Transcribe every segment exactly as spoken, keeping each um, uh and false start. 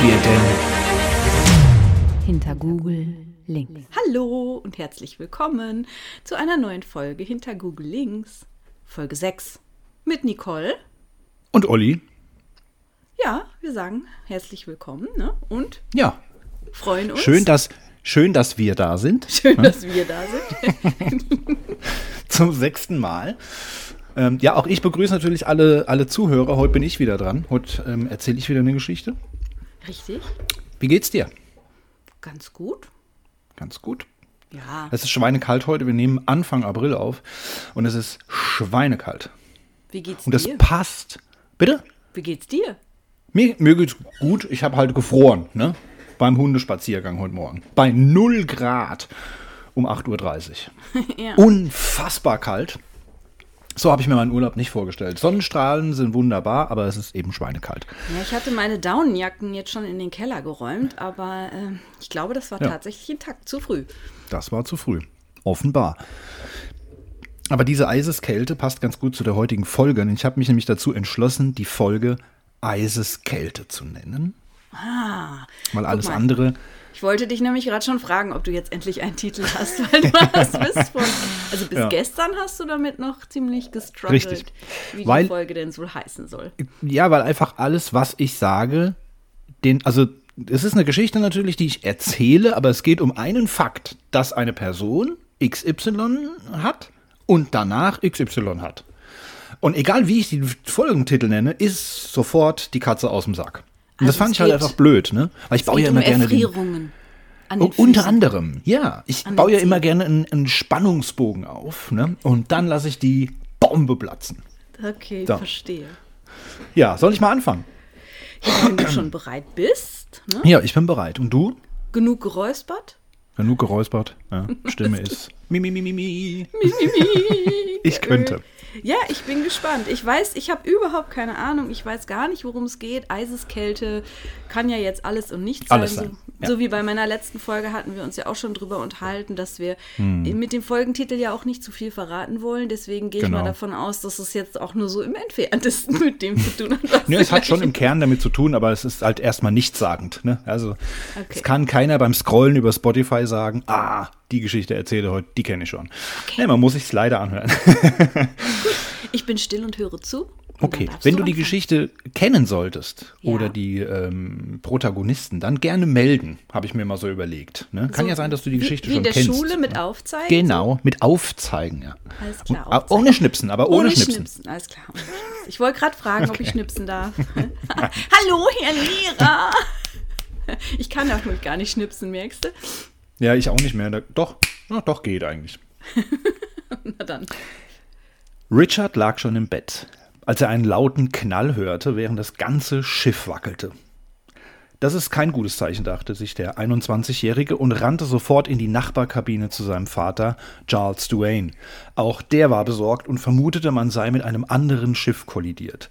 wir denn? Hinter Google Links. Hallo und herzlich willkommen zu einer neuen Folge Hinter Google Links. Folge sechs mit Nicole. Und Olli. Ja, wir sagen herzlich willkommen, ne? Und Ja. freuen uns. Schön, dass, schön, dass wir da sind. Schön, dass wir da sind. Zum sechsten Mal. Ähm, ja, auch ich begrüße natürlich alle, alle Zuhörer. Heute bin ich wieder dran. Heute ähm, erzähle ich wieder eine Geschichte. Richtig, Wie geht's dir? ganz gut. Ganz gut. Ja, Es ist schweinekalt heute. Wir nehmen Anfang April auf. Und es ist schweinekalt. wie geht's Und das dir? passt. Bitte? Wie geht's dir? Mir, mir geht's gut. Ich habe halt gefroren, ne? Beim Hundespaziergang heute Morgen. Bei null Grad um acht Uhr dreißig. Ja. Unfassbar kalt. So habe ich mir meinen Urlaub nicht vorgestellt. Sonnenstrahlen sind wunderbar, aber es ist eben schweinekalt. Ja, ich hatte meine Daunenjacken jetzt schon in den Keller geräumt, aber äh, ich glaube, das war Ja. tatsächlich ein Takt zu früh. Das war zu früh. Offenbar. Aber diese Eiseskälte passt ganz gut zu der heutigen Folge. Und ich habe mich nämlich dazu entschlossen, die Folge Eiseskälte zu nennen. Ah, Weil alles mal. andere... ich wollte dich nämlich gerade schon fragen, ob du jetzt endlich einen Titel hast, weil du hast bis von, also bis Ja. gestern hast du damit noch ziemlich gestruggelt, Richtig. wie die Weil- Folge denn so heißen soll. Ja, weil einfach alles, was ich sage, den, also es ist eine Geschichte natürlich, die ich erzähle, aber es geht um einen Fakt, dass eine Person X Y hat und danach X Y hat. Und egal wie ich die Folgentitel nenne, ist sofort die Katze aus dem Sack. Und das Also fand es ich halt geht- einfach blöd, ne? Weil ich Es baue geht ja um immer gerne den, Erfrierungen an den Oh, unter Füßen. anderem, ja. Ich An baue den ja immer Zehen. gerne einen, einen Spannungsbogen auf, ne? Und dann lasse ich die Bombe platzen. Okay, So. verstehe. Ja, soll ich mal anfangen? Ja, wenn du schon bereit bist, ne? Ja, ich bin bereit. Und du? Genug geräuspert? Genug geräuspert. Ja, Stimme ist. Mi, mi, mi, mi, mi. Mi, mi, mi. Ich könnte. Ja, ich bin gespannt. Ich weiß, ich habe überhaupt keine Ahnung. Ich weiß gar nicht, worum es geht. Eiseskälte kann ja jetzt alles und nichts Alles sein. sein, So, ja. so wie bei meiner letzten Folge hatten wir uns ja auch schon drüber unterhalten, dass wir Hm. mit dem Folgentitel ja auch nicht zu viel verraten wollen. Deswegen gehe ich Genau. mal davon aus, dass es jetzt auch nur so im Entferntesten mit dem zu tun hat. was Ne, wir es hat gleich schon im Kern damit zu tun, aber es ist halt erstmal nichtssagend. Ne? Also Okay. es kann keiner beim Scrollen über Spotify sagen, ah, die Geschichte erzähle heute, die kenne ich schon. Ne, man muss sich's leider anhören. Ich bin still und höre zu. Und Okay, dann darfst wenn du die anfangen. Geschichte kennen solltest Ja. oder die ähm, Protagonisten, dann gerne melden, habe ich mir mal so überlegt. Ne? Kann So ja sein, dass du die wie, Geschichte wie schon in der kennst. Schule mit Aufzeigen? Genau, mit Aufzeigen, ja. Alles klar, Und, ah, aufzeigen. ohne Schnipsen, aber ohne, Schnipsen. Alles klar. Ohne Schnipsen. Ich wollte gerade fragen, ob ich schnipsen darf. Hallo, Herr Lehrer. Ich kann auch noch gar nicht schnipsen, merkst du? Ja, ich auch nicht mehr. Da, doch, ja, doch geht eigentlich. Na dann. Richard lag schon im Bett, als er einen lauten Knall hörte, während das ganze Schiff wackelte. Das ist kein gutes Zeichen, dachte sich der einundzwanzigjährige und rannte sofort in die Nachbarkabine zu seinem Vater, Charles Duane. Auch der war besorgt und vermutete, man sei mit einem anderen Schiff kollidiert.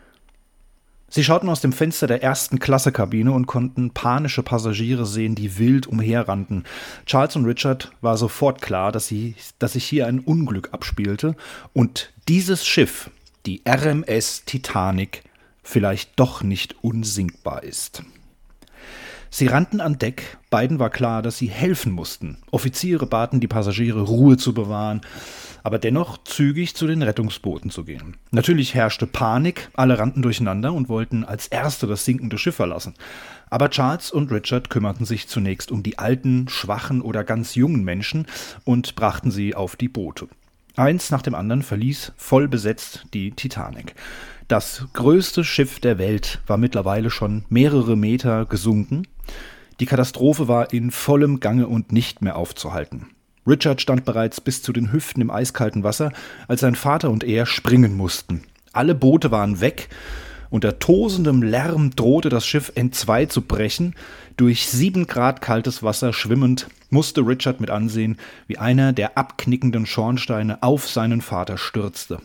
Sie schauten aus dem Fenster der ersten Klasse-Kabine und konnten panische Passagiere sehen, die wild umherrannten. Charles und Richard war sofort klar, dass, sie, dass sich hier ein Unglück abspielte und dieses Schiff, die R M S Titanic, vielleicht doch nicht unsinkbar ist. Sie rannten an Deck, beiden war klar, dass sie helfen mussten. Offiziere baten die Passagiere, Ruhe zu bewahren, aber dennoch zügig zu den Rettungsbooten zu gehen. Natürlich herrschte Panik, alle rannten durcheinander und wollten als Erste das sinkende Schiff verlassen. Aber Charles und Richard kümmerten sich zunächst um die alten, schwachen oder ganz jungen Menschen und brachten sie auf die Boote. Eins nach dem anderen verließ voll besetzt die Titanic. Das größte Schiff der Welt war mittlerweile schon mehrere Meter gesunken. Die Katastrophe war in vollem Gange und nicht mehr aufzuhalten. Richard stand bereits bis zu den Hüften im eiskalten Wasser, als sein Vater und er springen mussten. Alle Boote waren weg. Unter tosendem Lärm drohte das Schiff entzwei zu brechen. Durch sieben Grad kaltes Wasser schwimmend musste Richard mit ansehen, wie einer der abknickenden Schornsteine auf seinen Vater stürzte.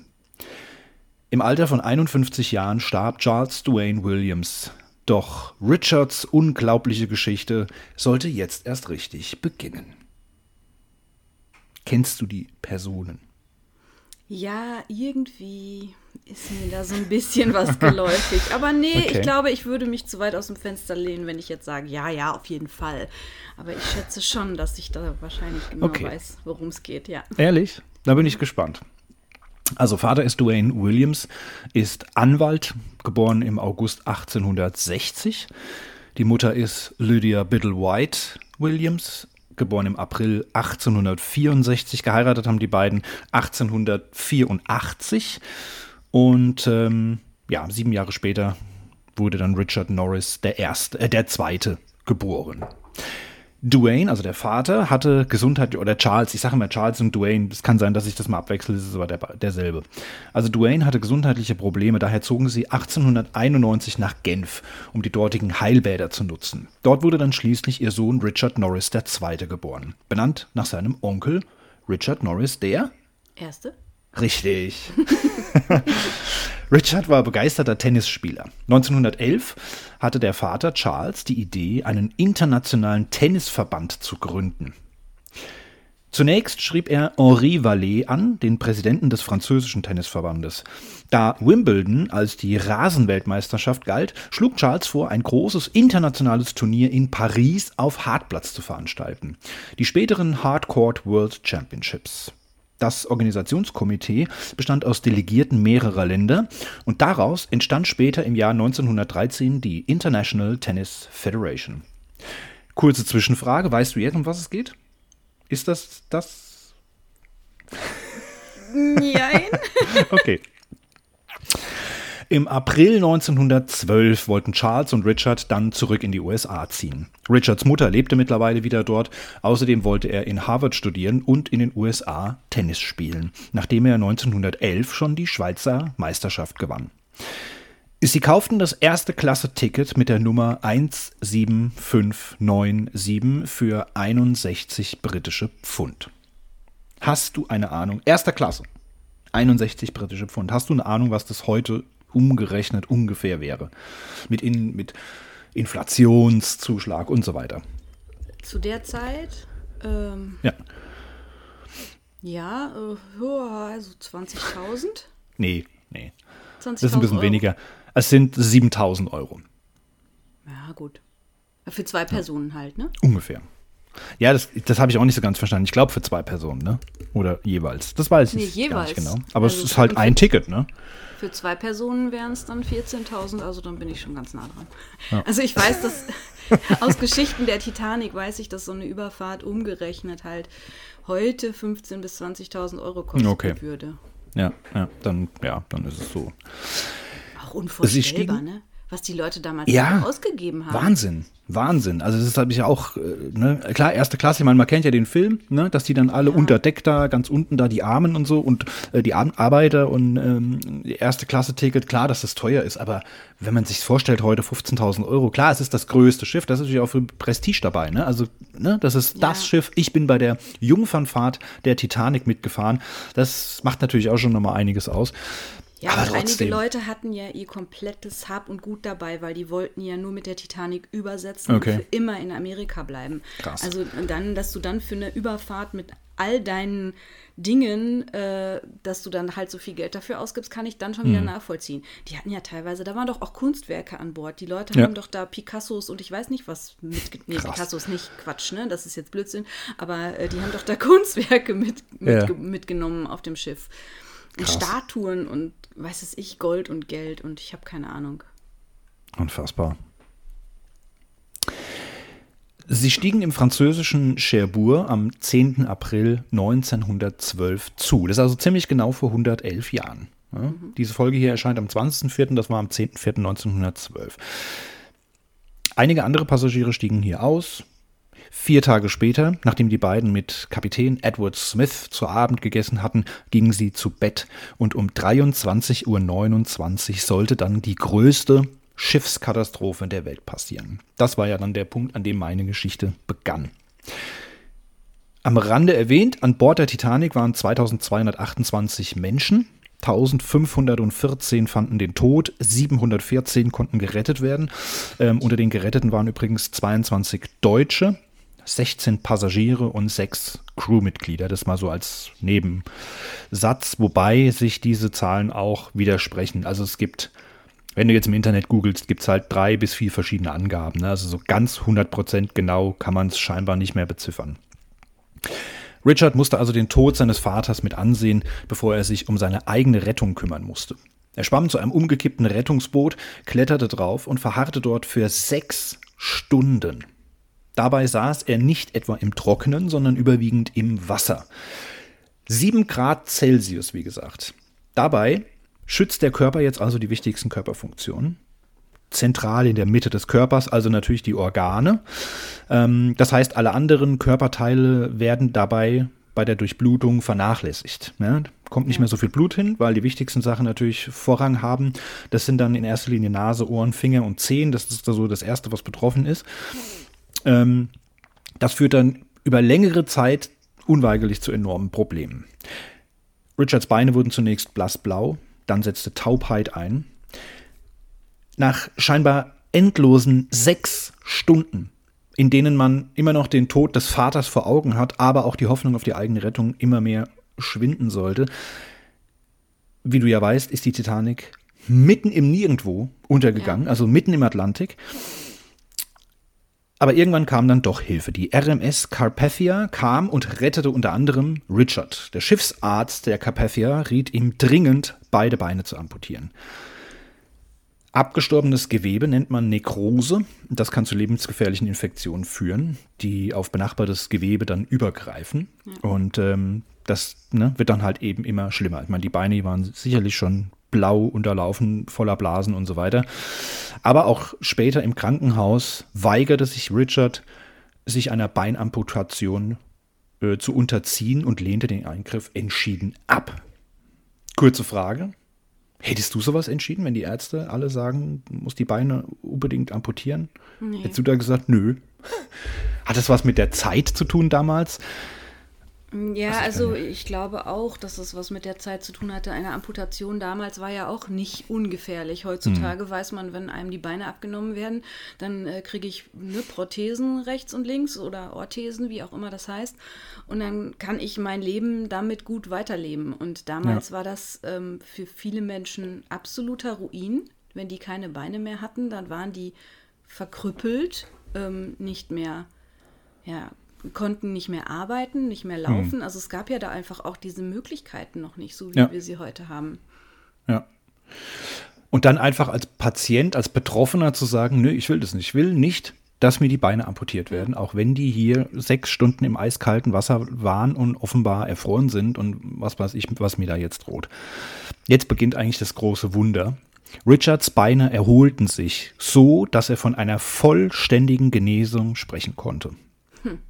Im Alter von einundfünfzig Jahren starb Charles Duane Williams. Doch Richards unglaubliche Geschichte sollte jetzt erst richtig beginnen. Kennst du die Personen? Ja, irgendwie. ist mir da so ein bisschen was geläufig. Aber nee, Okay. ich glaube, ich würde mich zu weit aus dem Fenster lehnen, wenn ich jetzt sage, ja, ja, auf jeden Fall. Aber ich schätze schon, dass ich da wahrscheinlich genau Okay. weiß, worum es geht, ja. Ehrlich? Da bin ich gespannt. Also Vater ist Duane Williams, ist Anwalt, geboren im August achtzehnhundertsechzig. Die Mutter ist Lydia Biddle White Williams, geboren im April achtzehnhundertvierundsechzig. Geheiratet haben die beiden achtzehnhundertvierundachtzig. Und ähm, ja, sieben Jahre später wurde dann Richard Norris der erste, äh, der zweite geboren. Duane, also der Vater, hatte Gesundheit, oder Charles, ich sage immer Charles und Duane, es kann sein, dass ich das mal abwechsle, es ist aber der, derselbe. Also Duane hatte gesundheitliche Probleme, daher zogen sie achtzehnhunderteinundneunzig nach Genf, um die dortigen Heilbäder zu nutzen. Dort wurde dann schließlich ihr Sohn Richard Norris der Zweite geboren, benannt nach seinem Onkel Richard Norris der... Erste? Richtig. Richard war begeisterter Tennisspieler. neunzehnhundertelf hatte der Vater Charles die Idee, einen internationalen Tennisverband zu gründen. Zunächst schrieb er Henri Vallet an, den Präsidenten des französischen Tennisverbandes. Da Wimbledon als die Rasenweltmeisterschaft galt, schlug Charles vor, ein großes internationales Turnier in Paris auf Hartplatz zu veranstalten. Die späteren Hardcourt World Championships. Das Organisationskomitee bestand aus Delegierten mehrerer Länder und daraus entstand später im Jahr neunzehnhundertdreizehn die International Tennis Federation. Kurze Zwischenfrage, weißt du jetzt, um was es geht? Ist das das? Nein. Okay. Im April neunzehnhundertzwölf wollten Charles und Richard dann zurück in die U S A ziehen. Richards Mutter lebte mittlerweile wieder dort. Außerdem wollte er in Harvard studieren und in den U S A Tennis spielen, nachdem er neunzehnhundertelf schon die Schweizer Meisterschaft gewann. Sie kauften das erste Klasse-Ticket mit der Nummer eins sieben fünf neun sieben für einundsechzig britische Pfund. Hast du eine Ahnung? Erster Klasse. einundsechzig britische Pfund. Hast du eine Ahnung, was das heute umgerechnet ungefähr wäre? Mit, in, mit Inflationszuschlag und so weiter. Zu der Zeit, ähm, Ja. ja, äh, ja, also zwanzigtausend. Nee, nee. zwanzigtausend Das ist ein bisschen Euro. weniger. Es sind siebentausend Euro. Ja, gut. Für zwei Personen halt, ne? Ungefähr. Ja, das, das habe ich auch nicht so ganz verstanden. Ich glaube für zwei Personen, ne? Oder jeweils. Das weiß Nee, ich jeweils. gar nicht genau. Aber Also es ist halt für- ein Ticket, ne? Für zwei Personen wären es dann vierzehntausend, also dann bin ich schon ganz nah dran. Also ich weiß, dass aus Geschichten der Titanic weiß ich, dass so eine Überfahrt umgerechnet halt heute fünfzehntausend bis zwanzigtausend Euro kosten Okay. würde. Ja, ja, dann, ja, dann ist es so. Auch unvorstellbar, stiegen- ne? Was die Leute damals Ja, ausgegeben haben. Wahnsinn, Wahnsinn. Also das habe ich ja auch, äh, ne, klar, erste Klasse, ich meine, man kennt ja den Film, ne, dass die dann alle unter Deck da, ganz unten da, die Armen und so und äh, die Ar- Arbeiter und ähm, die erste Klasse-Ticket, klar, dass das teuer ist, aber wenn man sich vorstellt, heute fünfzehntausend Euro, klar, es ist das größte Schiff, das ist natürlich auch für Prestige dabei, ne, also, ne, das ist das Ja. Schiff, ich bin bei der Jungfernfahrt der Titanic mitgefahren, das macht natürlich auch schon nochmal einiges aus. Ja, aber aber einige trotzdem. Leute hatten ja ihr komplettes Hab und Gut dabei, weil die wollten ja nur mit der Titanic übersetzen Okay. und für immer in Amerika bleiben. Krass. Also dann, dass du dann für eine Überfahrt mit all deinen Dingen, äh, dass du dann halt so viel Geld dafür ausgibst, kann ich dann schon Mhm. wieder nachvollziehen. Die hatten ja teilweise, da waren doch auch Kunstwerke an Bord. Die Leute Ja. haben doch da Picassos und ich weiß nicht was mit, nee, Krass. Picassos nicht, Quatsch, ne? Das ist jetzt Blödsinn. Aber äh, die haben doch da Kunstwerke mit, Ja. mit, mitgenommen auf dem Schiff. Und Krass. Statuen und weiß es ich, Gold und Geld und ich habe keine Ahnung. Unfassbar. Sie stiegen im französischen Cherbourg am zehnten April neunzehnhundertzwölf zu. Das ist also ziemlich genau vor hundertelf Jahren. Ja, Mhm. Diese Folge hier erscheint am zwanzigsten vierten, das war am zehnten vierten neunzehnhundertzwölf. Einige andere Passagiere stiegen hier aus. Vier Tage später, nachdem die beiden mit Kapitän Edward Smith zu Abend gegessen hatten, gingen sie zu Bett und um dreiundzwanzig Uhr neunundzwanzig sollte dann die größte Schiffskatastrophe der Welt passieren. Das war ja dann der Punkt, an dem meine Geschichte begann. Am Rande erwähnt, an Bord der Titanic waren zweitausendzweihundertachtundzwanzig Menschen. eintausendfünfhundertvierzehn fanden den Tod, siebenhundertvierzehn konnten gerettet werden. Ähm, unter den Geretteten waren übrigens zweiundzwanzig Deutsche, sechzehn Passagiere und sechs Crewmitglieder. Das mal so als Nebensatz, wobei sich diese Zahlen auch widersprechen. Also es gibt, wenn du jetzt im Internet googelst, gibt es halt drei bis vier verschiedene Angaben. Ne? Also so ganz hundert Prozent genau kann man es scheinbar nicht mehr beziffern. Richard musste also den Tod seines Vaters mit ansehen, bevor er sich um seine eigene Rettung kümmern musste. Er schwamm zu einem umgekippten Rettungsboot, kletterte drauf und verharrte dort für sechs Stunden. Dabei saß er nicht etwa im Trockenen, sondern überwiegend im Wasser. Sieben Grad Celsius, wie gesagt. Dabei schützt der Körper jetzt also die wichtigsten Körperfunktionen. Zentral in der Mitte des Körpers, also natürlich die Organe. Ähm, das heißt, alle anderen Körperteile werden dabei bei der Durchblutung vernachlässigt. Ne? Kommt nicht mehr so viel Blut hin, weil die wichtigsten Sachen natürlich Vorrang haben. Das sind dann in erster Linie Nase, Ohren, Finger und Zehen. Das ist so das Erste, was betroffen ist. Ähm, das führt dann über längere Zeit unweigerlich zu enormen Problemen. Richards Beine wurden zunächst blassblau, dann setzte Taubheit ein. Nach scheinbar endlosen sechs Stunden, in denen man immer noch den Tod des Vaters vor Augen hat, aber auch die Hoffnung auf die eigene Rettung immer mehr schwinden sollte. Wie du ja weißt, ist die Titanic mitten im Nirgendwo untergegangen, ja. Also mitten im Atlantik. Aber irgendwann kam dann doch Hilfe. Die R M S Carpathia kam und rettete unter anderem Richard. Der Schiffsarzt der Carpathia riet ihm dringend, beide Beine zu amputieren. Abgestorbenes Gewebe nennt man Nekrose. Das kann zu lebensgefährlichen Infektionen führen, die auf benachbartes Gewebe dann übergreifen. Ja. Und ähm, das ne, wird dann halt eben immer schlimmer. Ich meine, die Beine waren sicherlich schon blau unterlaufen, voller Blasen und so weiter. Aber auch später im Krankenhaus weigerte sich Richard, sich einer Beinamputation äh, zu unterziehen und lehnte den Eingriff entschieden ab. Kurze Frage. Hättest du sowas entschieden, wenn die Ärzte alle sagen, du musst die Beine unbedingt amputieren? Nee. Hättest du da gesagt, nö? Hat das was mit der Zeit zu tun damals? Ja, also ich glaube auch, dass es was mit der Zeit zu tun hatte. Eine Amputation damals war ja auch nicht ungefährlich. Heutzutage hm. weiß man, wenn einem die Beine abgenommen werden, dann äh, kriege ich ne, Prothesen rechts und links oder Orthesen, wie auch immer das heißt. Und dann kann ich mein Leben damit gut weiterleben. Und damals ja. war das ähm, für viele Menschen absoluter Ruin. Wenn die keine Beine mehr hatten, dann waren die verkrüppelt, ähm, nicht mehr, ja, konnten nicht mehr arbeiten, nicht mehr laufen. Hm. Also es gab ja da einfach auch diese Möglichkeiten noch nicht, so wie ja. wir sie heute haben. Ja. Und dann einfach als Patient, als Betroffener zu sagen, nö, ich will das nicht. Ich will nicht, dass mir die Beine amputiert werden, auch wenn die hier sechs Stunden im eiskalten Wasser waren und offenbar erfroren sind und was weiß ich, was mir da jetzt droht. Jetzt beginnt eigentlich das große Wunder. Richards Beine erholten sich so, dass er von einer vollständigen Genesung sprechen konnte. Hm.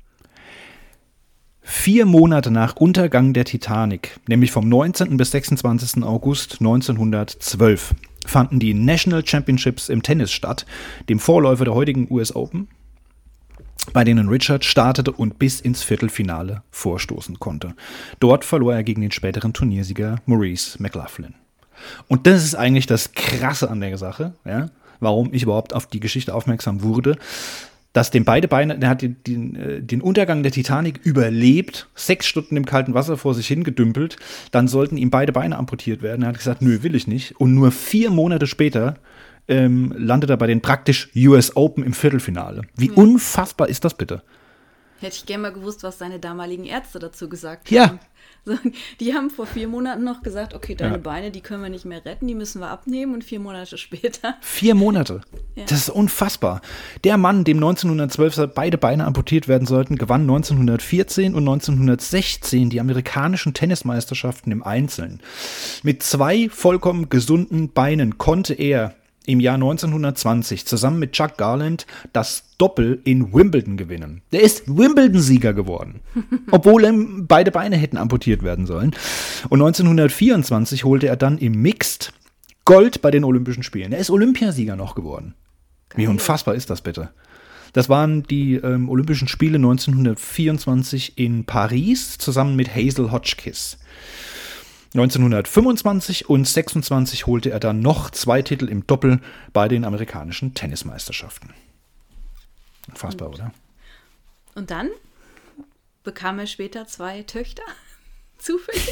Vier Monate nach Untergang der Titanic, nämlich vom neunzehnten bis sechsundzwanzigsten August neunzehnhundertzwölf, fanden die National Championships im Tennis statt, dem Vorläufer der heutigen U S Open, bei denen Richard startete und bis ins Viertelfinale vorstoßen konnte. Dort verlor er gegen den späteren Turniersieger Maurice McLaughlin. Und das ist eigentlich das Krasse an der Sache, ja, warum ich überhaupt auf die Geschichte aufmerksam wurde, dass dem beide Beine, der hat den, den, den Untergang der Titanic überlebt, sechs Stunden im kalten Wasser vor sich hingedümpelt, dann sollten ihm beide Beine amputiert werden. Er hat gesagt, nö, will ich nicht. Und nur vier Monate später ähm, landet er bei den praktisch U S Open im Viertelfinale. Wie ja. unfassbar ist das bitte? Hätte ich gerne mal gewusst, was seine damaligen Ärzte dazu gesagt ja. haben. So, die haben vor vier Monaten noch gesagt, okay, deine ja. Beine, die können wir nicht mehr retten, die müssen wir abnehmen. Und vier Monate später. Vier Monate? Ja. Das ist unfassbar. Der Mann, dem neunzehnhundertzwölf beide Beine amputiert werden sollten, gewann neunzehnhundertvierzehn und neunzehnhundertsechzehn die amerikanischen Tennismeisterschaften im Einzelnen. Mit zwei vollkommen gesunden Beinen konnte er im Jahr neunzehnhundertzwanzig zusammen mit Chuck Garland das Doppel in Wimbledon gewinnen. Der ist Wimbledon-Sieger geworden, obwohl ihm beide Beine hätten amputiert werden sollen. Und neunzehnhundertvierundzwanzig holte er dann im Mixed Gold bei den Olympischen Spielen. Er ist Olympiasieger noch geworden. Geil. Wie unfassbar ist das bitte? Das waren die ähm, Olympischen Spiele neunzehnhundertvierundzwanzig in Paris zusammen mit Hazel Hotchkiss. neunzehnhundertfünfundzwanzig und sechsundzwanzig holte er dann noch zwei Titel im Doppel bei den amerikanischen Tennismeisterschaften. Unfassbar, oder? Und dann bekam er später zwei Töchter. Zufällig.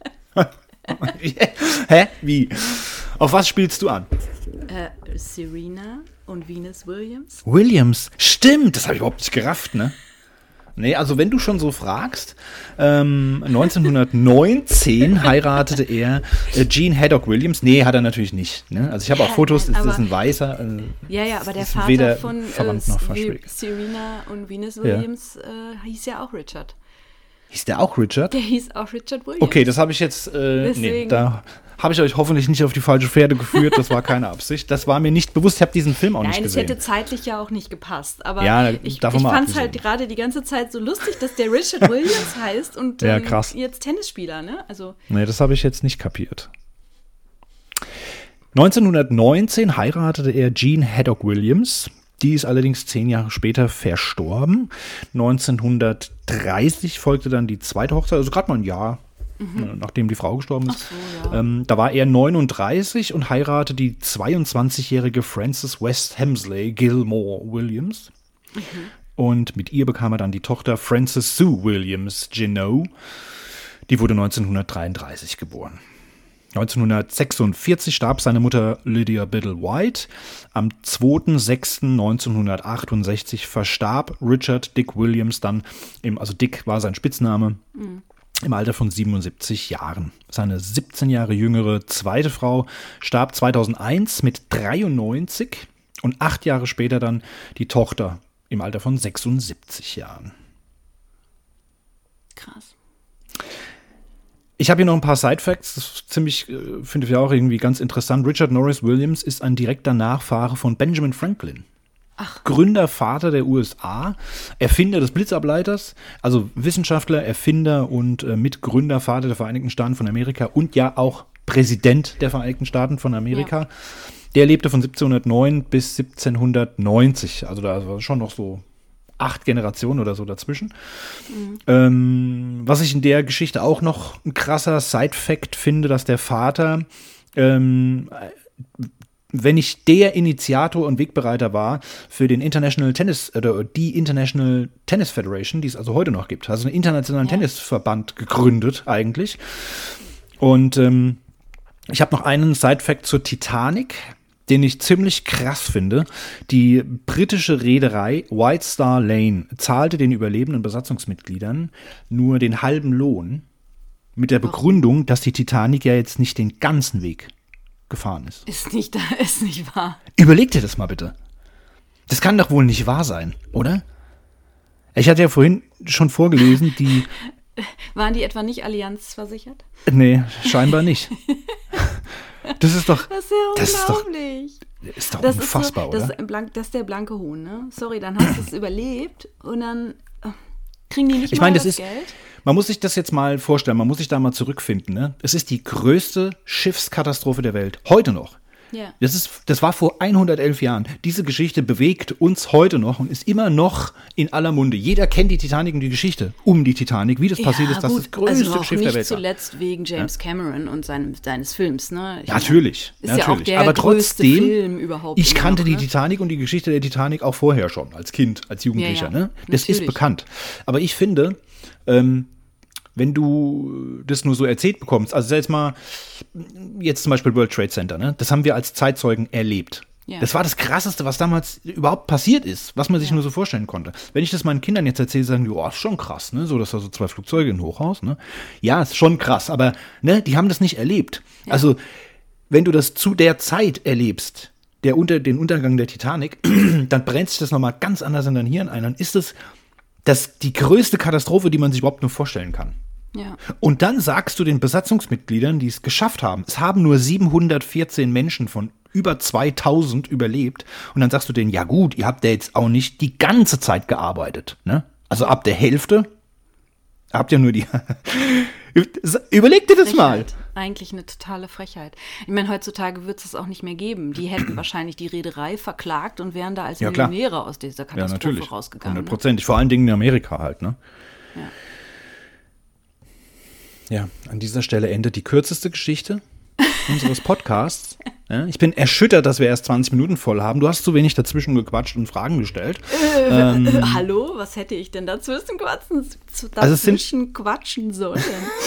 Hä? Wie? Auf was spielst du an? Äh, Serena und Venus Williams. Williams, stimmt, das habe ich überhaupt nicht gerafft, ne? Nee, also wenn du schon so fragst, ähm, neunzehnhundertneunzehn heiratete er äh, Jean Haddock Williams. Nee, hat er natürlich nicht. Ne? Also ich habe auch Fotos, nein, ist das ein Weißer. Äh, ja, ja, aber der ist Vater weder von verwandt äh, noch Se- verschwägert. Serena und Venus Williams ja. äh, hieß ja auch Richard. Hieß der auch Richard? Der hieß auch Richard Williams. Okay, das habe ich jetzt, äh, nee, da habe ich euch hoffentlich nicht auf die falsche Pferde geführt, das war keine Absicht. Das war mir nicht bewusst, ich habe diesen Film auch Nein, nicht gesehen. Nein, es hätte zeitlich ja auch nicht gepasst, aber ja, ich, ich davon mal fand es abgesehen. halt gerade die ganze Zeit so lustig, dass der Richard Williams heißt und ja, ähm, krass. jetzt Tennisspieler, ne? Also nee, das habe ich jetzt nicht kapiert. neunzehnhundertneunzehn heiratete er Jean Haddock Williams. Die ist allerdings zehn Jahre später verstorben. neunzehnhundertdreißig folgte dann die zweite Hochzeit, also gerade mal ein Jahr, mhm. nachdem die Frau gestorben ist. Ach so, ja. ähm, da war er neununddreißig und heiratete die zweiundzwanzigjährige Frances West Hemsley Gilmore Williams. Mhm. Und mit ihr bekam er dann die Tochter Frances Sue Williams Genow. Die wurde neunzehnhundertdreiunddreißig geboren. neunzehnhundertsechsundvierzig starb seine Mutter Lydia Biddle White. Am zweiter sechster neunzehnhundertachtundsechzig verstarb Richard Dick Williams dann, im, also Dick war sein Spitzname, mhm. im Alter von siebenundsiebzig Jahren. Seine siebzehn Jahre jüngere zweite Frau starb zweitausendeins mit dreiundneunzig und acht Jahre später dann die Tochter im Alter von sechsundsiebzig Jahren. Krass. Ich habe hier noch ein paar Side-Facts, das ist ziemlich, äh, finde ich auch irgendwie ganz interessant. Richard Norris Williams ist ein direkter Nachfahre von Benjamin Franklin. Ach. Gründervater der U S A, Erfinder des Blitzableiters, also Wissenschaftler, Erfinder und äh, Mitgründer, Vater der Vereinigten Staaten von Amerika und ja auch Präsident der Vereinigten Staaten von Amerika. Ja. Der lebte von siebzehnhundertneun bis siebzehnhundertneunzig, also da war schon noch so acht Generationen oder so dazwischen. Mhm. Ähm, was ich in der Geschichte auch noch ein krasser Side-Fact finde, dass der Vater, ähm, wenn nicht der Initiator und Wegbereiter war für den International Tennis, oder die International Tennis Federation, die es also heute noch gibt, also einen internationalen ja. Tennisverband gegründet eigentlich. Und ähm, ich habe noch einen Side-Fact zur Titanic, den ich ziemlich krass finde. Die britische Reederei White Star Line zahlte den überlebenden Besatzungsmitgliedern nur den halben Lohn mit der Begründung, dass die Titanic ja jetzt nicht den ganzen Weg gefahren ist. Ist nicht, ist nicht wahr. Überleg dir das mal bitte. Das kann doch wohl nicht wahr sein, oder? Ich hatte ja vorhin schon vorgelesen, die... Waren die etwa nicht Allianz versichert? Nee, scheinbar nicht. Das ist doch. Das ist ja unglaublich. Das ist doch das unfassbar, ist so, oder? Das ist, blank, das ist der blanke Huhn, ne? Sorry, dann hast du es überlebt und dann äh, kriegen die nicht ich mal meine, das, das ist, Geld. Man muss sich das jetzt mal vorstellen, man muss sich da mal zurückfinden, ne? Es ist die größte Schiffskatastrophe der Welt. Heute noch. Ja. Das, ist, das war vor hundertelf Jahren. Diese Geschichte bewegt uns heute noch und ist immer noch in aller Munde. Jeder kennt die Titanic und die Geschichte um die Titanic, wie das ja, passiert ist, dass gut. das größte also auch Schiff nicht der Welt war. zuletzt wegen James Cameron und seinem, seines Films, ne? Ich Natürlich, meine, ist natürlich. Ja auch der aber größte trotzdem, Film überhaupt. ich kannte noch, ne? die Titanic und die Geschichte der Titanic auch vorher schon, als Kind, als Jugendlicher. Ja, ja. Ne? Das Natürlich. ist bekannt. Aber ich finde, ähm, wenn du das nur so erzählt bekommst, also jetzt mal, jetzt zum Beispiel World Trade Center, ne? Das haben wir als Zeitzeugen erlebt. Ja. Das war das Krasseste, was damals überhaupt passiert ist, was man sich ja. nur so vorstellen konnte. Wenn ich das meinen Kindern jetzt erzähle, sagen die, oh, ist schon krass, ne? So, dass da so zwei Flugzeuge in Hochhaus, ne? Ja, ist schon krass, aber ne, die haben das nicht erlebt. Ja. Also, wenn du das zu der Zeit erlebst, der unter, den Untergang der Titanic, dann brennt sich das nochmal ganz anders in dein Hirn ein. Dann ist es das die größte Katastrophe, die man sich überhaupt nur vorstellen kann. Ja. Und dann sagst du den Besatzungsmitgliedern, die es geschafft haben, es haben nur siebenhundertvierzehn Menschen von über zweitausend überlebt. Und dann sagst du denen, ja gut, ihr habt ja jetzt auch nicht die ganze Zeit gearbeitet. Ne? Also ab der Hälfte habt ihr nur die... Überleg dir das Frechheit. mal. Eigentlich eine totale Frechheit. Ich meine, heutzutage wird es das auch nicht mehr geben. Die hätten wahrscheinlich die Reederei verklagt und wären da als ja, Millionäre klar. aus dieser Ja, Katastrophe natürlich. rausgegangen. Hundertprozentig. Vor allen Dingen in Amerika halt, ne? Ja. Ja, an dieser Stelle endet die kürzeste Geschichte unseres Podcasts. Ja, ich bin erschüttert, dass wir erst zwanzig Minuten voll haben. Du hast zu wenig dazwischen gequatscht und Fragen gestellt. Äh, ähm, äh, hallo? Was hätte ich denn dazwischen quatschen, dazwischen also es sind, quatschen sollen?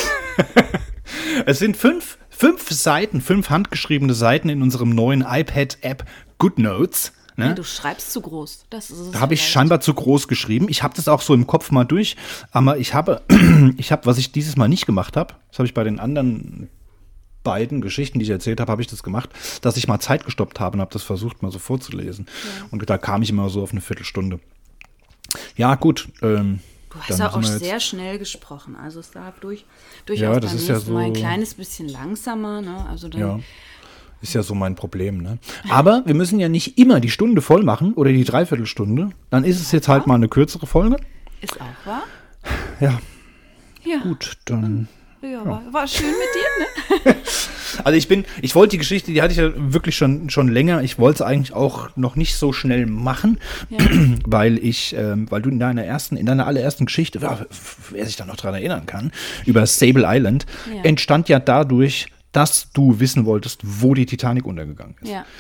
Es sind fünf, fünf Seiten, fünf handgeschriebene Seiten in unserem neuen iPad-App GoodNotes. Ne? Ja, du schreibst zu groß. Das ist da habe ich scheinbar zu groß geschrieben. Ich habe das auch so im Kopf mal durch. Aber ich habe, ich habe, was ich dieses Mal nicht gemacht habe, das habe ich bei den anderen beiden Geschichten, die ich erzählt habe, habe ich das gemacht, dass ich mal Zeit gestoppt habe und habe das versucht, mal so vorzulesen. Ja. Und da kam ich immer so auf eine Viertelstunde. Ja, gut. Ähm, du hast ja auch sehr schnell gesprochen. Also es darf durch, durchaus ja, das beim ist nächsten ja so, Mal ein kleines bisschen langsamer. Ne? Also dann ja, ist ja so mein Problem. Ne? Aber wir müssen ja nicht immer die Stunde voll machen oder die Dreiviertelstunde. Dann ist es jetzt halt mal eine kürzere Folge. Ist auch wahr. Ja. Ja. Gut, dann... Ja, war, war schön mit dir, ne? Also ich bin, ich wollte die Geschichte, die hatte ich ja wirklich schon, schon länger. Ich wollte es eigentlich auch noch nicht so schnell machen, ja. weil ich, ähm, weil du in deiner ersten, in deiner allerersten Geschichte, wer sich da noch dran erinnern kann, über Sable Island, ja. entstand ja dadurch, dass du wissen wolltest, wo die Titanic untergegangen ist. Ja.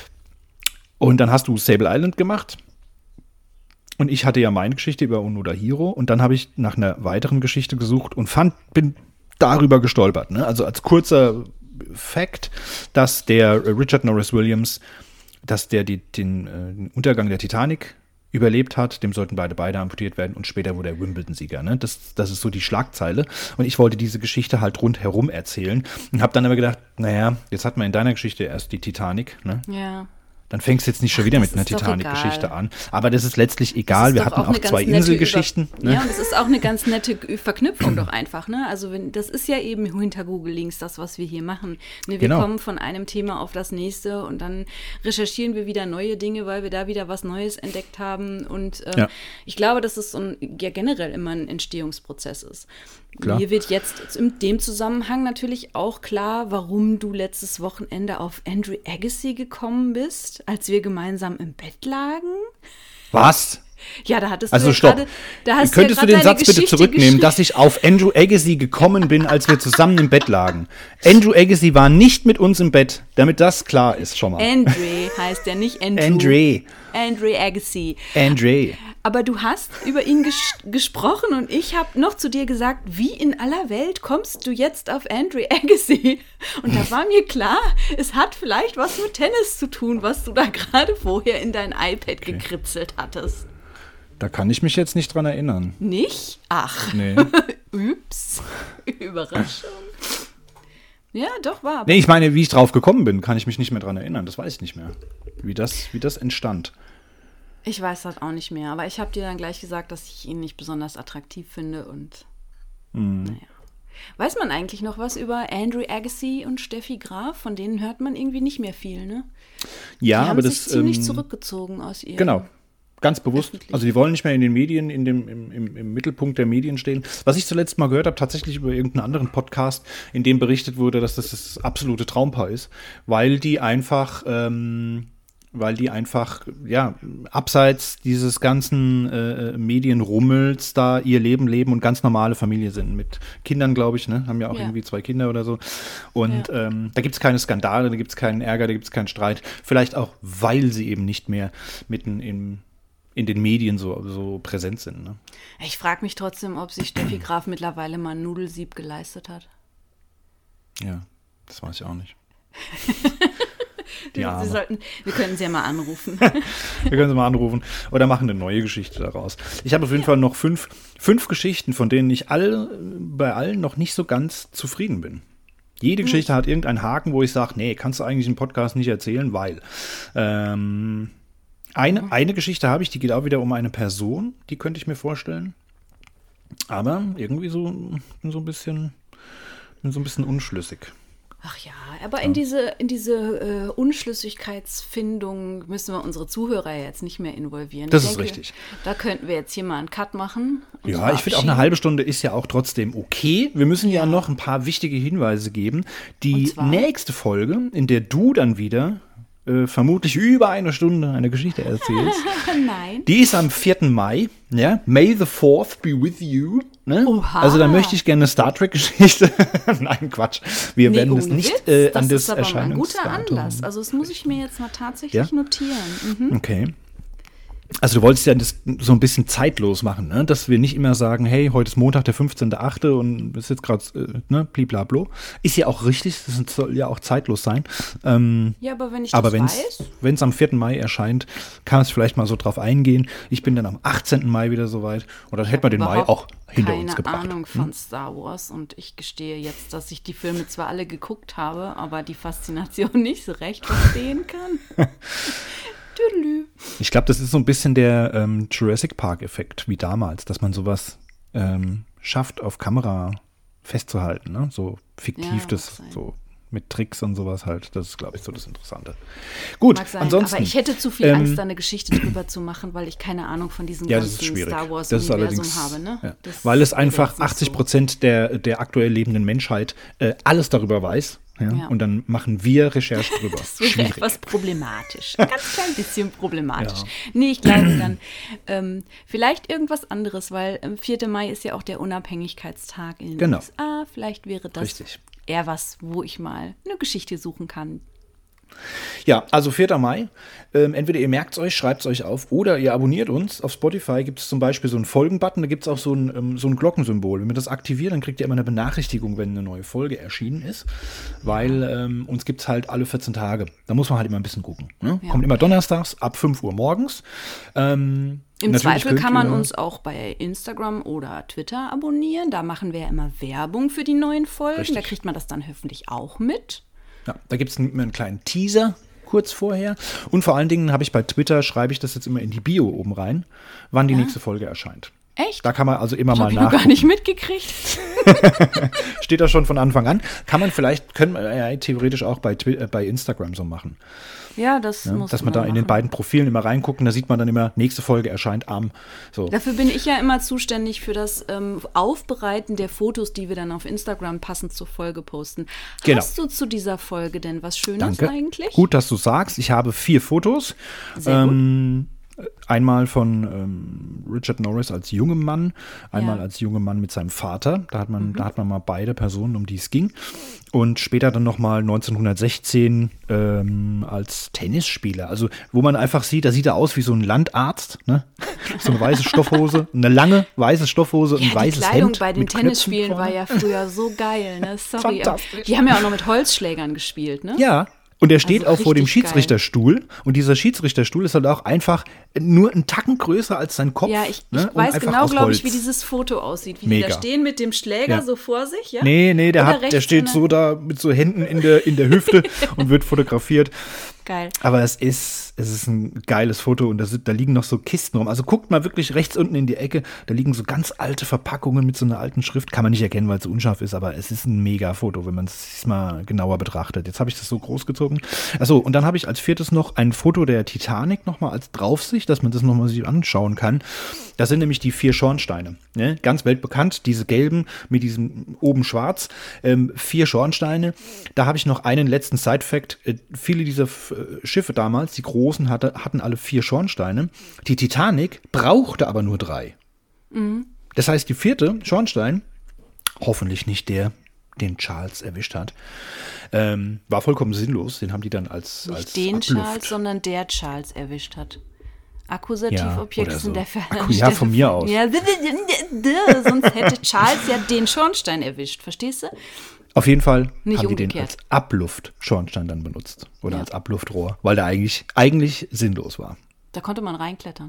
Und dann hast du Sable Island gemacht. Und ich hatte ja meine Geschichte über Onoda Hiro. Und dann habe ich nach einer weiteren Geschichte gesucht und fand, bin darüber gestolpert. Ne? Also als kurzer Fact, dass der Richard Norris Williams, dass der die, den, äh, den Untergang der Titanic überlebt hat. Dem sollten beide Beine amputiert werden und später wurde er Wimbledon-Sieger. Ne? Das, das ist so die Schlagzeile. Und ich wollte diese Geschichte halt rundherum erzählen und habe dann aber gedacht, naja, jetzt hat man in deiner Geschichte erst die Titanic. Ne? Ja. Dann fängst du jetzt nicht schon wieder Ach, mit einer Titanic-Geschichte an. Aber das ist letztlich egal. Ist Wir hatten auch zwei Inselgeschichten. Ne? Ja, und es ist auch eine ganz nette Verknüpfung doch einfach. Ne? Also wenn, das ist ja eben hinter Google Links das, was wir hier machen. Ne, wir genau. kommen von einem Thema auf das nächste und dann recherchieren wir wieder neue Dinge, weil wir da wieder was Neues entdeckt haben. Und äh, ja. ich glaube, dass es so ein, ja generell immer ein Entstehungsprozess ist. Klar. Mir wird jetzt in dem Zusammenhang natürlich auch klar, warum du letztes Wochenende auf Andrew Agassi gekommen bist, als wir gemeinsam im Bett lagen. Was? Ja, da hattest also du ja stopp. gerade, da hast Könntest du, ja du den Satz bitte zurücknehmen, dass ich auf Andrew Agassi gekommen bin, als wir zusammen im Bett lagen? Andrew Agassi war nicht mit uns im Bett, damit das klar ist schon mal. Andre heißt der, nicht Andrew. Andre. Andre Agassi. Andre. Aber du hast über ihn ges- gesprochen und ich habe noch zu dir gesagt, wie in aller Welt kommst du jetzt auf Andre Agassi? Und da war mir klar, es hat vielleicht was mit Tennis zu tun, was du da gerade vorher in dein iPad okay. gekritzelt hattest. Da kann ich mich jetzt nicht dran erinnern. Nicht? Ach. Nee. Ups. Überraschung. Ja, doch, war. Nee, ich meine, wie ich drauf gekommen bin, kann ich mich nicht mehr dran erinnern. Das weiß ich nicht mehr. Wie das, wie das entstand. Ich weiß das auch nicht mehr, aber ich habe dir dann gleich gesagt, dass ich ihn nicht besonders attraktiv finde und mm. naja. Weiß man eigentlich noch was über Andrew Agassi und Steffi Graf? Von denen hört man irgendwie nicht mehr viel, ne? Ja, die aber haben das sich ziemlich ähm, zurückgezogen aus ihrem Genau. Ganz bewusst. Also die wollen nicht mehr in den Medien, in dem, im, im, im Mittelpunkt der Medien stehen. Was ich zuletzt mal gehört habe, tatsächlich über irgendeinen anderen Podcast, in dem berichtet wurde, dass das das absolute Traumpaar ist, weil die einfach, ähm, weil die einfach, ja, abseits dieses ganzen äh, Medienrummels da ihr Leben leben und ganz normale Familie sind. Mit Kindern, glaube ich, ne? Haben ja auch ja. irgendwie zwei Kinder oder so. Und ja. ähm, da gibt es keine Skandale, da gibt es keinen Ärger, da gibt es keinen Streit. Vielleicht auch, weil sie eben nicht mehr mitten im in den Medien so, so präsent sind. Ne? Ich frage mich trotzdem, ob sich Steffi Graf mittlerweile mal ein Nudelsieb geleistet hat. Ja, das weiß ich auch nicht. Sie sollten, wir können sie ja mal anrufen. Wir können sie mal anrufen oder machen eine neue Geschichte daraus. Ich habe auf jeden ja. Fall noch fünf, fünf Geschichten, von denen ich alle, bei allen noch nicht so ganz zufrieden bin. Jede mhm. Geschichte hat irgendeinen Haken, wo ich sage, nee, kannst du eigentlich im Podcast nicht erzählen, weil ähm, Eine, eine Geschichte habe ich, die geht auch wieder um eine Person, die könnte ich mir vorstellen. Aber irgendwie so, bin so ein bisschen, bin so ein bisschen unschlüssig. Ach ja, aber ja. in diese, in diese äh, Unschlüssigkeitsfindung müssen wir unsere Zuhörer jetzt nicht mehr involvieren. Das ich ist denke, richtig. Da könnten wir jetzt hier mal einen Cut machen. Ja, ich finde auch eine halbe Stunde ist ja auch trotzdem okay. Wir müssen ja, ja noch ein paar wichtige Hinweise geben. Die nächste Folge, in der du dann wieder äh, vermutlich über eine Stunde eine Geschichte erzählst. Nein. Die ist am vierten Mai, ja, May the fourth be with you. Ne? Oha. Also da möchte ich gerne eine Star Trek-Geschichte. Nein, Quatsch. Wir Nee, werden es ohne nicht Witz. äh, das an das ist aber mal ein guter Erscheinungsdatum. Anlass. Also das muss ich mir jetzt mal tatsächlich Ja? notieren. Mhm. Okay. Also du wolltest ja das so ein bisschen zeitlos machen, ne? Dass wir nicht immer sagen, hey, heute ist Montag, der fünfzehnte achte und es ist jetzt gerade, äh, ne, bliblablo. Ist ja auch richtig, das soll ja auch zeitlos sein. Ähm, Ja, aber wenn ich aber das wenn weiß, es am vierten Mai erscheint, kann es vielleicht mal so drauf eingehen. Ich bin dann am achtzehnten Mai wieder soweit und dann hätten wir den Mai überhaupt auch hinter keine uns gebracht. Ahnung von Star Wars und ich gestehe jetzt, dass ich die Filme zwar alle geguckt habe, aber die Faszination nicht so recht verstehen kann. Tüdelü. Ich glaube, das ist so ein bisschen der ähm, Jurassic Park-Effekt wie damals, dass man sowas ähm, schafft, auf Kamera festzuhalten. Ne? So fiktiv, Ja, mag das sein. so mit Tricks und sowas halt. Das ist, glaube ich, so das Interessante. Gut, Mag sein, ansonsten. aber ich hätte zu viel ähm, Angst, da eine Geschichte drüber zu machen, weil ich keine Ahnung von diesem Ja, das ist ganzen schwierig. Star Das ist Wars-Universum allerdings, habe. Ne? ja. Das Weil es wäre einfach jetzt nicht achtzig so. Prozent der, der aktuell lebenden Menschheit äh, alles darüber weiß. Ja? Ja. Und dann machen wir Recherche drüber. Das wäre Schwierig. etwas problematisch. Ein ganz klein bisschen problematisch. Ja. Nee, ich glaube dann ähm, vielleicht irgendwas anderes, weil am vierten Mai ist ja auch der Unabhängigkeitstag in den Genau. U S A. Vielleicht wäre das Richtig. eher was, wo ich mal eine Geschichte suchen kann. Ja, also vierter Mai. Ähm, entweder ihr merkt es euch, schreibt es euch auf oder ihr abonniert uns. Auf Spotify gibt es zum Beispiel so einen Folgen-Button, da gibt es auch so ein, ähm, so ein Glockensymbol. Wenn wir das aktivieren, dann kriegt ihr immer eine Benachrichtigung, wenn eine neue Folge erschienen ist. Weil ähm, uns gibt es halt alle vierzehn Tage. Da muss man halt immer ein bisschen gucken. Ne? Ja. Kommt immer donnerstags ab fünf Uhr morgens. Ähm, Im natürlich Zweifel könnt kann man ihr- uns auch bei Instagram oder Twitter abonnieren. Da machen wir ja immer Werbung für die neuen Folgen. Richtig. Da kriegt man das dann hoffentlich auch mit. Ja, da gibt es immer einen kleinen Teaser kurz vorher. Und vor allen Dingen habe ich bei Twitter, schreibe ich das jetzt immer in die Bio oben rein, wann die nächste Folge erscheint. Echt? Da kann man also immer mal Hab ich noch nach. gar nicht mitgekriegt. Steht da schon von Anfang an. Kann man vielleicht, können wir ja theoretisch auch bei, Twi- äh, bei Instagram so machen. Ja, das Ja? muss Dass man da in den machen. beiden Profilen immer reingucken, da sieht man dann immer, nächste Folge erscheint am. So. Dafür bin ich ja immer zuständig für das ähm, Aufbereiten der Fotos, die wir dann auf Instagram passend zur Folge posten. Genau. Hast du zu dieser Folge denn was Schönes Danke. eigentlich? Gut, dass du sagst. Ich habe vier Fotos. Sehr gut. Ähm, Einmal von ähm, Richard Norris als jungem Mann, einmal Ja. als junger Mann mit seinem Vater. Da hat man, da hat man mal beide Personen, um die es ging. Und später dann nochmal neunzehnhundertsechzehn ähm, als Tennisspieler. Also wo man einfach sieht, da sieht er aus wie so ein Landarzt. Ne? So eine weiße Stoffhose, eine lange weiße Stoffhose und ein Ja, die weißes Kleidung Hemd bei den mit Knöpfen Tennisspielen war vorne. ja früher so geil, ne? Sorry. aber Fantastisch. Die haben ja auch noch mit Holzschlägern gespielt, ne? Ja. Und er steht Also auch vor dem richtig Schiedsrichterstuhl. Und dieser Schiedsrichterstuhl ist halt auch einfach nur einen Tacken größer als sein Kopf. Ja, ich, ich ne? Und weiß einfach genau, aus glaube ich, wie Holz. dieses Foto aussieht. Wie Mega. die da stehen mit dem Schläger Ja. so vor sich, ja? Nee, nee, der, Oder hat, der rechts steht so so da mit so Händen in der, in der Hüfte und wird fotografiert. Geil. Aber es ist, es ist ein geiles Foto und da, sind, da liegen noch so Kisten rum. Also guckt mal wirklich rechts unten in die Ecke. Da liegen so ganz alte Verpackungen mit so einer alten Schrift. Kann man nicht erkennen, weil es so unscharf ist, aber es ist ein mega Foto, wenn man es mal genauer betrachtet. Jetzt habe ich das so groß gezogen. Achso, und dann habe ich als viertes noch ein Foto der Titanic nochmal als Draufsicht, dass man das nochmal sich anschauen kann. Das sind nämlich die vier Schornsteine. Ne? Ganz weltbekannt, diese gelben mit diesem oben schwarz. Ähm, vier Schornsteine. Da habe ich noch einen letzten Side-Fact. Äh, viele dieser F- äh, Schiffe damals, die großen, hatte, hatten alle vier Schornsteine. Die Titanic brauchte aber nur drei. Das heißt, die vierte Schornstein, hoffentlich nicht der, den Charles erwischt hat, ähm, war vollkommen sinnlos. Den haben die dann als, Nicht als den Abluft. Charles, sondern der Charles erwischt hat. Akkusativobjekte Ja, oder sind so. der Fall. Akku- ja, von mir aus. Ja, sonst hätte Charles ja den Schornstein erwischt, verstehst du? Auf jeden Fall Nicht haben die den umgekehrt. als Abluft-Schornstein dann benutzt. Oder Ja. als Abluftrohr, weil der eigentlich, eigentlich sinnlos war. Da konnte man reinklettern.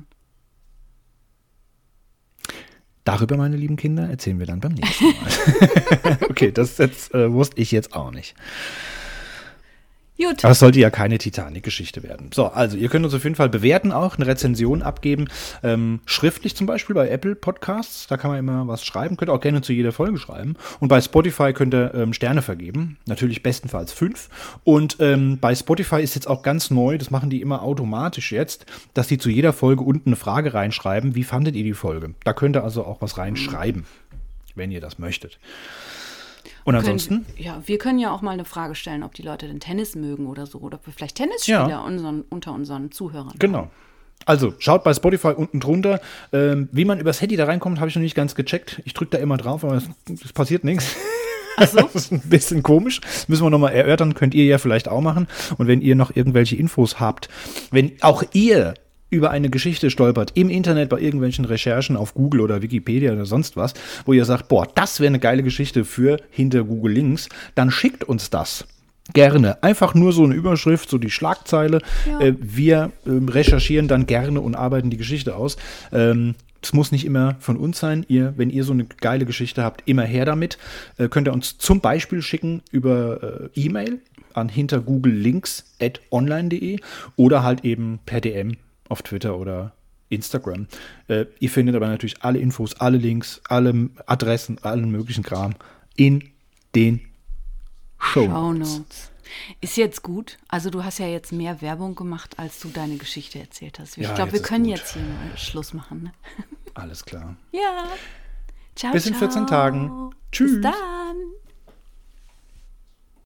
Darüber, meine lieben Kinder, erzählen wir dann beim nächsten Mal. Okay, das jetzt, äh, wusste ich jetzt auch nicht. Gut. Aber es sollte ja keine Titanic-Geschichte werden. So, also ihr könnt uns auf jeden Fall bewerten, auch eine Rezension abgeben. Ähm, schriftlich zum Beispiel bei Apple Podcasts, da kann man immer was schreiben. Könnt ihr auch gerne zu jeder Folge schreiben. Und bei Spotify könnt ihr ähm, Sterne vergeben. Natürlich bestenfalls fünf. Und ähm, bei Spotify ist jetzt auch ganz neu, das machen die immer automatisch jetzt, dass die zu jeder Folge unten eine Frage reinschreiben. Wie fandet ihr die Folge? Da könnt ihr also auch was reinschreiben, wenn ihr das möchtet. Und ansonsten? Können, ja, wir können ja auch mal eine Frage stellen, ob die Leute den Tennis mögen oder so. Oder ob wir vielleicht Tennisspieler Ja. unseren, unter unseren Zuhörern Genau. haben. Also, schaut bei Spotify unten drunter. Ähm, wie man übers Handy da reinkommt, habe ich noch nicht ganz gecheckt. Ich drücke da immer drauf, aber es, es passiert nichts. Ach so? Das ist ein bisschen komisch. Das müssen wir nochmal erörtern. Könnt ihr ja vielleicht auch machen. Und wenn ihr noch irgendwelche Infos habt, wenn auch ihr über eine Geschichte stolpert im Internet bei irgendwelchen Recherchen auf Google oder Wikipedia oder sonst was, wo ihr sagt, boah, das wäre eine geile Geschichte für hinter Google Links, dann schickt uns das. Gerne. Einfach nur so eine Überschrift, so die Schlagzeile. Ja. Äh, wir äh, recherchieren dann gerne und arbeiten die Geschichte aus. Ähm, es muss nicht immer von uns sein. Ihr, wenn ihr so eine geile Geschichte habt, immer her damit. Äh, könnt ihr uns zum Beispiel schicken über äh, E-Mail an hintergoogellinks at online punkt de oder halt eben per D M auf Twitter oder Instagram. Äh, ihr findet aber natürlich alle Infos, alle Links, alle Adressen, allen möglichen Kram in den Show Notes. Shownotes. Ist jetzt gut. Also du hast ja jetzt mehr Werbung gemacht, als du deine Geschichte erzählt hast. Ich Ja, glaube, jetzt wir ist können gut. jetzt hier mal Schluss machen. Ne? Alles klar. Ja. Ciao, Bis in vierzehn ciao. Tagen. Tschüss. Bis dann.